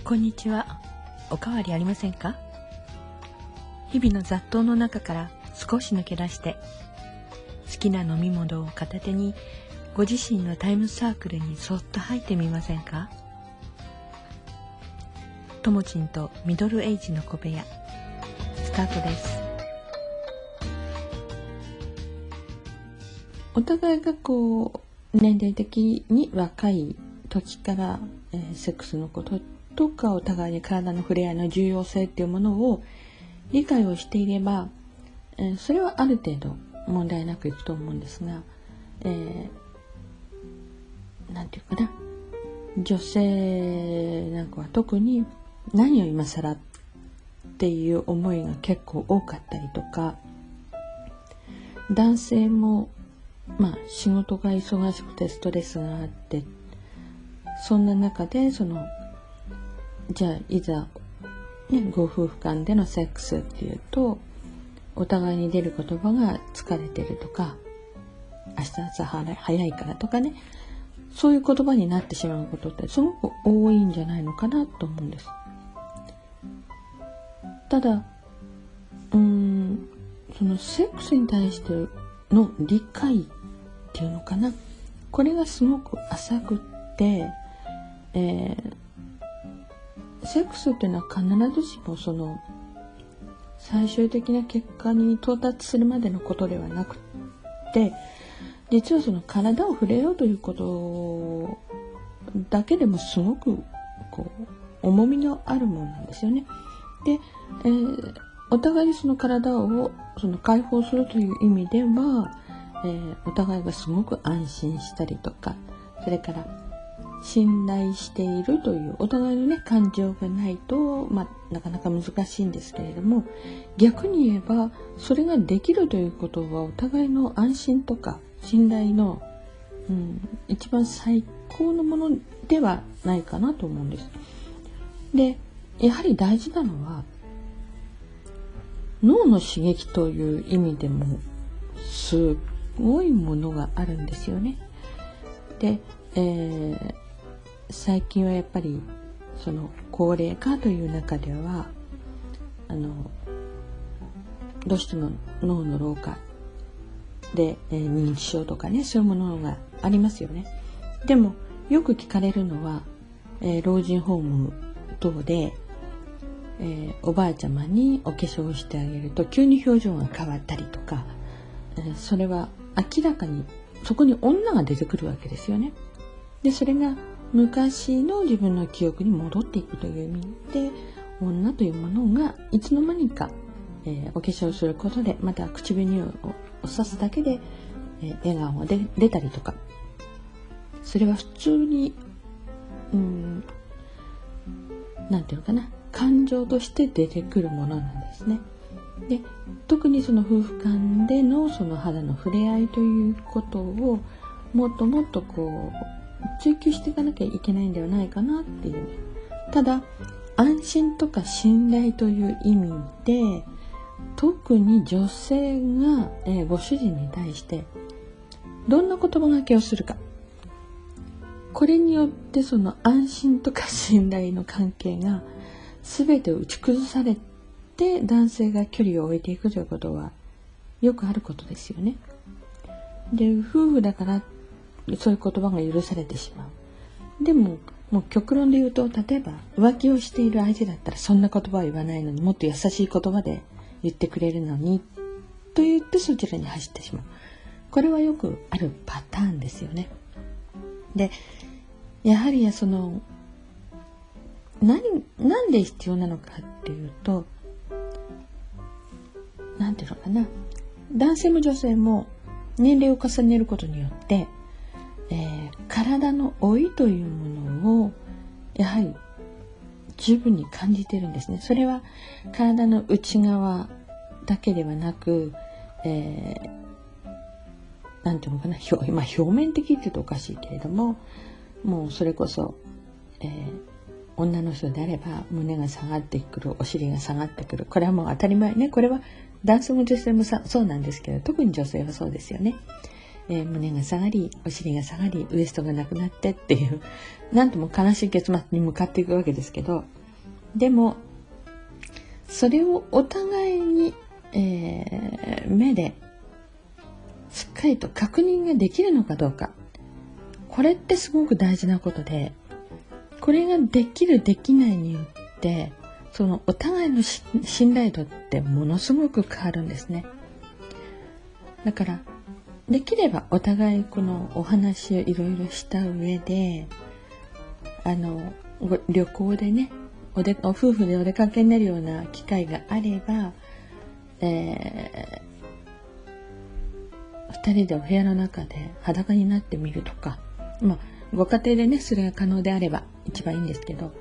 こんにちは。おかわりありませんか？日々の雑踏の中から少し抜け出して、好きな飲み物を片手にご自身のタイムサークルにそっと入ってみませんか？ともちんとミドルエイジの小部屋、スタートです。 お互いが年齢的に若い時から、セックスのこととかお互いに体の触れ合いの重要性っていうものを理解をしていれば、それはある程度問題なくいくと思うんですが、なんていうかな、女性なんかは特に何を今更っていう思いが結構多かったりとか、男性も仕事が忙しくてストレスがあって、そんな中でじゃあいざ、ご夫婦間でのセックスっていうと、お互いに出る言葉が疲れてるとか、明日朝早いからとかね、そういう言葉になってしまうことってすごく多いんじゃないのかなと思うんです。ただ、そのセックスに対しての理解っていうのかな、これがすごく浅くって、セックスっていうのは必ずしも最終的な結果に到達するまでのことではなくって、実は体を触れようということだけでもすごく重みのあるものなんですよね。で、お互いに体を解放するという意味では、お互いがすごく安心したりとか、それから信頼しているというお互いの感情がないと、なかなか難しいんですけれども、逆に言えばそれができるということはお互いの安心とか信頼の、一番最高のものではないかなと思うんです。で、やはり大事なのは脳の刺激という意味でもすごいものがあるんですよね。で、最近はやっぱり高齢化という中ではどうしても脳の老化で、認知症とかね、そういうものがありますよね。でもよく聞かれるのは、老人ホーム等で、おばあちゃまにお化粧をしてあげると急に表情が変わったりとか、それは明らかにそこに女が出てくるわけですよね。で、それが昔の自分の記憶に戻っていくという意味で、女というものがいつの間にか、お化粧することで、また口紅をさすだけで、笑顔が出たりとか、それは普通になんていうのかな、感情として出てくるものなんですね。で、特に夫婦間での肌の触れ合いということをもっともっと追求していかなきゃいけないんではないかなっていう。ただ安心とか信頼という意味で、特に女性が、ご主人に対してどんな言葉がけをするか、これによって安心とか信頼の関係が全て打ち崩されて、男性が距離を置いていくということはよくあることですよね。で、夫婦だからそういう言葉が許されてしまう。でも、もう極論で言うと、例えば浮気をしている相手だったらそんな言葉は言わないのに、もっと優しい言葉で言ってくれるのにと言ってそちらに走ってしまう。これはよくあるパターンですよね。で、やはりなんで必要なのかっていうと、なんていうのかな、男性も女性も年齢を重ねることによって、体の老いというものをやはり十分に感じているんですね。それは体の内側だけではなく、なんていうのかな、表面的って言うとおかしいけれども、もうそれこそ、女の人であれば胸が下がってくる、お尻が下がってくる、これはもう当たり前ね。これは男性も女性もそうなんですけど、特に女性はそうですよね。 胸が下がり、お尻が下がり、ウエストがなくなってっていう、なんとも悲しい結末に向かっていくわけですけど、でも、それをお互いに、目でしっかりと確認ができるのかどうか。これってすごく大事なことで、これができるできないによって、そのお互いの信頼度ってものすごく変わるんですね。だからできればお互いこのお話をいろいろした上で、旅行でね、お夫婦でお出かけになるような機会があれば、2人でお部屋の中で裸になってみるとか、ご家庭でねそれが可能であれば一番いいんですけど、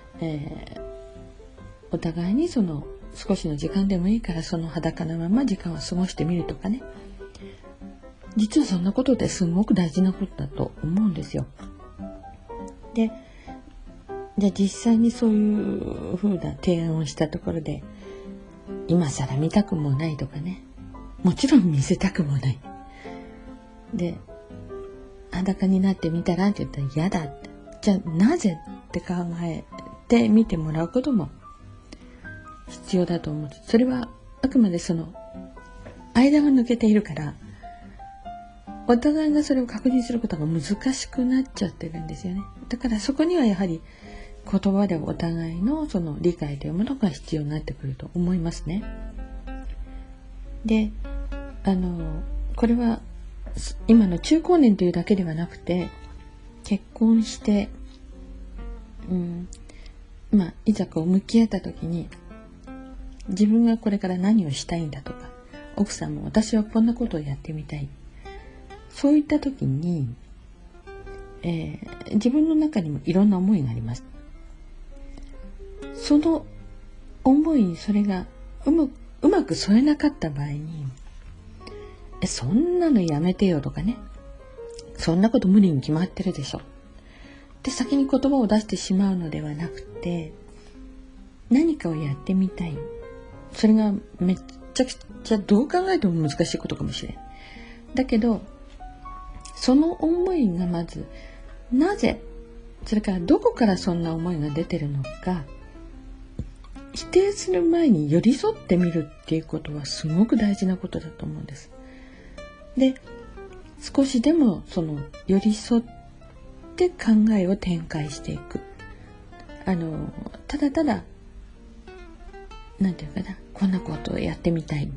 お互いにその少しの時間でもいいからその裸のまま時間を過ごしてみるとかね、実はそんなことってすごく大事なことだと思うんですよ。で、じゃあ実際にそういう風な提案をしたところで、今更見たくもないとかね、もちろん見せたくもない。で、裸になってみたらって言ったら嫌だって。じゃあなぜって考えて見てもらうことも必要だと思う。それはあくまでその間が抜けているから、お互いがそれを確認することが難しくなっちゃってるんですよね。だからそこにはやはり言葉でお互いのその理解というものが必要になってくると思いますね。で、これは今の中高年というだけではなくて、結婚して、いざこう向き合った時に、自分がこれから何をしたいんだとか、奥さんも私はこんなことをやってみたい。そういった時に、自分の中にもいろんな思いがあります。その思いにそれがうまく添えなかった場合に、そんなのやめてよとかね、そんなこと無理に決まってるでしょで先に言葉を出してしまうのではなくて、何かをやってみたい。それがめっちゃくちゃどう考えても難しいことかもしれん。だけどその思いがまずなぜ、それからどこからそんな思いが出てるのか、否定する前に寄り添ってみるっていうことはすごく大事なことだと思うんです。で、少しでもその寄り添って考えを展開していく。ただただなんていうかな、こんなことをやってみたい。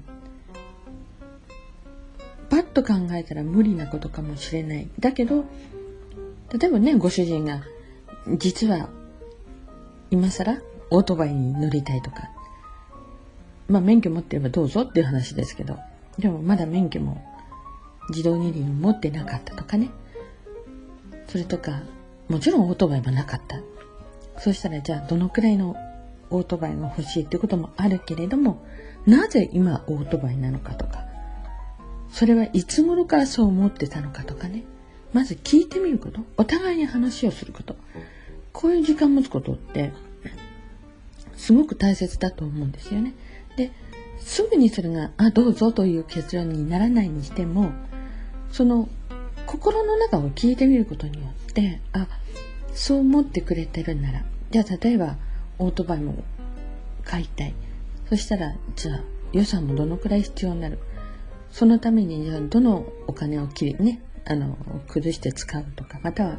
パッと考えたら無理なことかもしれない。だけど、例えばね、ご主人が実は今更オートバイに乗りたいとか、免許持ってればどうぞっていう話ですけど、でもまだ免許も自動二輪を持ってなかったとかね、それとかもちろんオートバイもなかった。そうしたらじゃあどのくらいのオートバイが欲しいっていうこともあるけれども、なぜ今オートバイなのかとか、それはいつ頃からそう思ってたのかとかね、まず聞いてみること、お互いに話をすること、こういう時間を持つことってすごく大切だと思うんですよね。で、すぐにそれがどうぞという結論にならないにしても、その心の中を聞いてみることによって、そう思ってくれてるなら、じゃあ例えばオートバイも買いたい。そしたらじゃあ予算もどのくらい必要になる。そのためにじゃあどのお金を崩して使うとか、または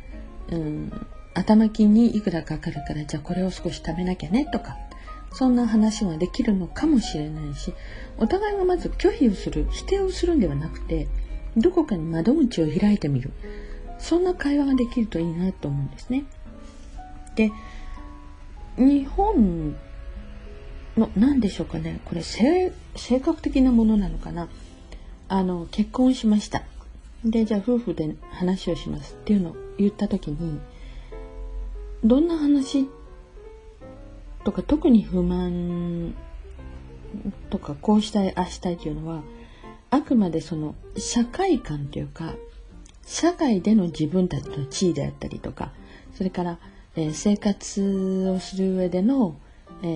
頭金にいくらかかるから、じゃあこれを少し食べなきゃねとか、そんな話ができるのかもしれないし、お互いがまず拒否をする、否定をするんではなくて、どこかに窓口を開いてみる、そんな会話ができるといいなと思うんですね。で、日本の何でしょうかね、これ性格的なものなのかな。結婚しました。で、じゃあ夫婦で話をしますっていうのを言った時に、どんな話とか、特に不満とかこうしたいしたいというのは、あくまでその社会観というか、社会での自分たちの地位であったりとか、それから、生活をする上での、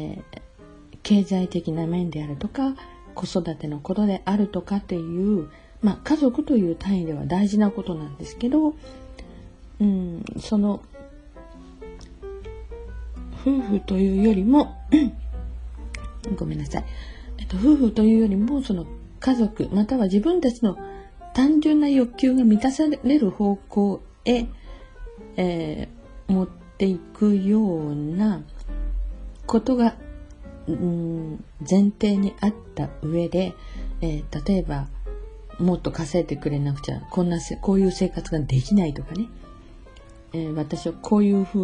経済的な面であるとか、子育てのことであるとかという、 家族という単位では大事なことなんですけど、その夫婦というよりもごめんなさい、夫婦というよりもその家族または自分たちの単純な欲求が満たされる方向へ、持っていくようなことが、前提にあった上で、例えばもっと稼いでくれなくちゃこういう生活ができないとかね、私はこういう風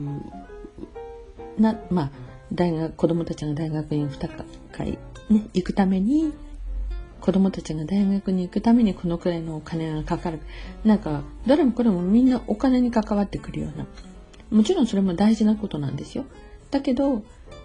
な子供たちが大学に2回、行くために子供たちが大学に行くためにこのくらいのお金がかかる。どれもこれもみんなお金に関わってくるような。もちろんそれも大事なことなんですよ。だけど、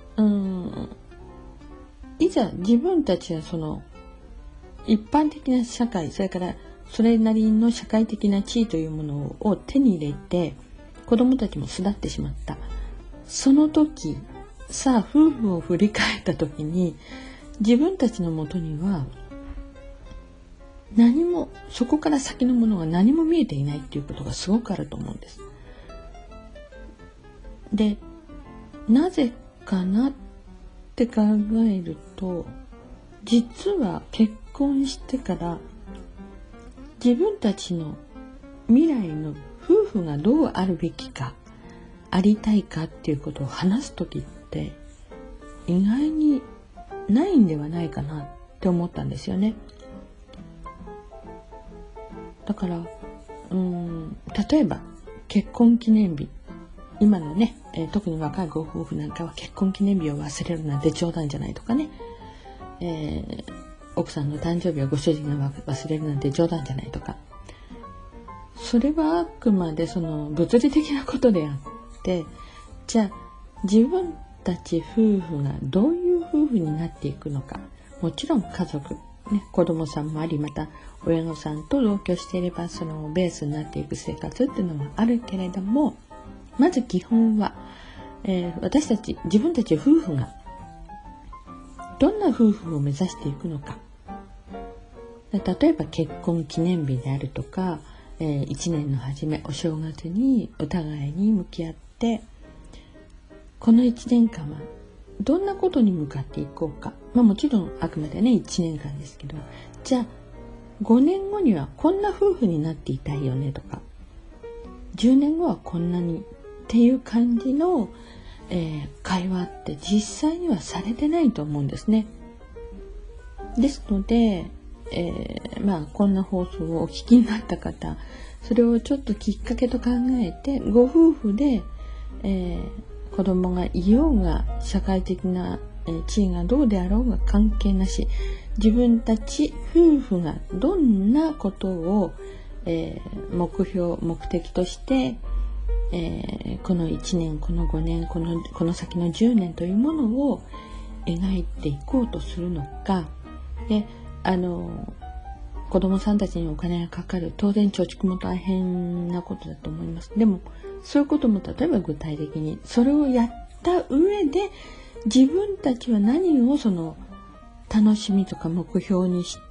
いざ自分たちはその一般的な社会、それからそれなりの社会的な地位というものを手に入れて、子供たちも巣立ってしまった。その時、さあ夫婦を振り返った時に、自分たちのもとには何も、そこから先のものが何も見えていないっていうことがすごくあると思うんです。で、なぜかなって考えると、実は結婚してから自分たちの未来の夫婦がどうあるべきか、ありたいかっていうことを話すときって意外にないんではないかなって思ったんですよね。だから例えば結婚記念日、今のね、特に若いご夫婦なんかは結婚記念日を忘れるなんて冗談じゃないとかね、奥さんの誕生日をご主人が忘れるなんて冗談じゃないとか、それはあくまでその物理的なことであって、じゃあ自分たち夫婦がどういう夫婦になっていくのか、もちろん家族、子供さんもあり、また親御さんと同居していればそのベースになっていく生活っていうのもあるけれども、まず基本は、私たち自分たち夫婦がどんな夫婦を目指していくのか。例えば結婚記念日であるとか、1年の初めお正月にお互いに向き合って、この1年間はどんなことに向かっていこうか。もちろんあくまでね1年間ですけど、じゃあ5年後にはこんな夫婦になっていたいよねとか、10年後はこんなにっていう感じの、会話って実際にはされてないと思うんですね。ですので、こんな放送をお聞きになった方、それをちょっときっかけと考えて、ご夫婦で、子供がいようが社会的な、地位がどうであろうが関係なし、自分たち夫婦がどんなことを、目標目的として、この1年この5年この先の10年というものを描いていこうとするのかで、子供さんたちにお金がかかる、当然貯蓄も大変なことだと思います。でもそういうことも例えば具体的にそれをやった上で、自分たちは何をその楽しみとか目標にして、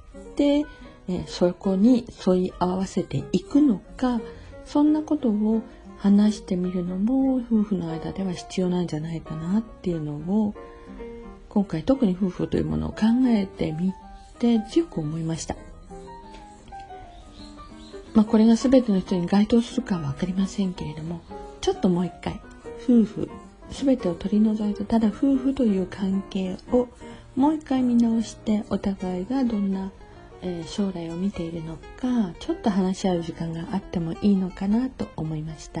そこに沿い合わせていくのか、そんなことを話してみるのも夫婦の間では必要なんじゃないかなっていうのを、今回特に夫婦というものを考えてみて強く思いました。これが全ての人に該当するかは分かりませんけれども、ちょっともう一回夫婦全てを取り除いて、ただ夫婦という関係をもう一回見直して、お互いがどんな将来を見ているのか、ちょっと話し合う時間があってもいいのかなと思いました。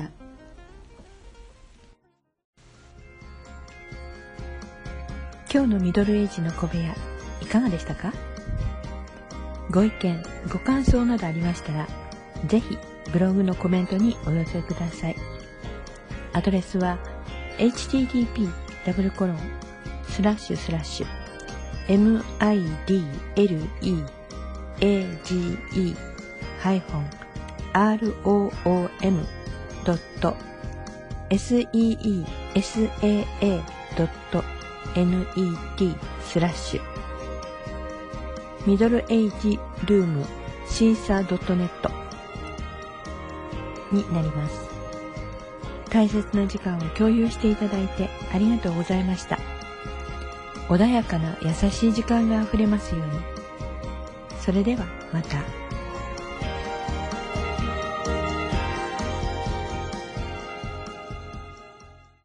今日のミドルエイジの小部屋いかがでしたか？ご意見ご感想などありましたら、ぜひブログのコメントにお寄せください。アドレスは midle-seesaa.net ミドルエイジルーム caesar.net になります。大切な時間を共有していただいてありがとうございました。穏やかな優しい時間があふれますように。それではまた。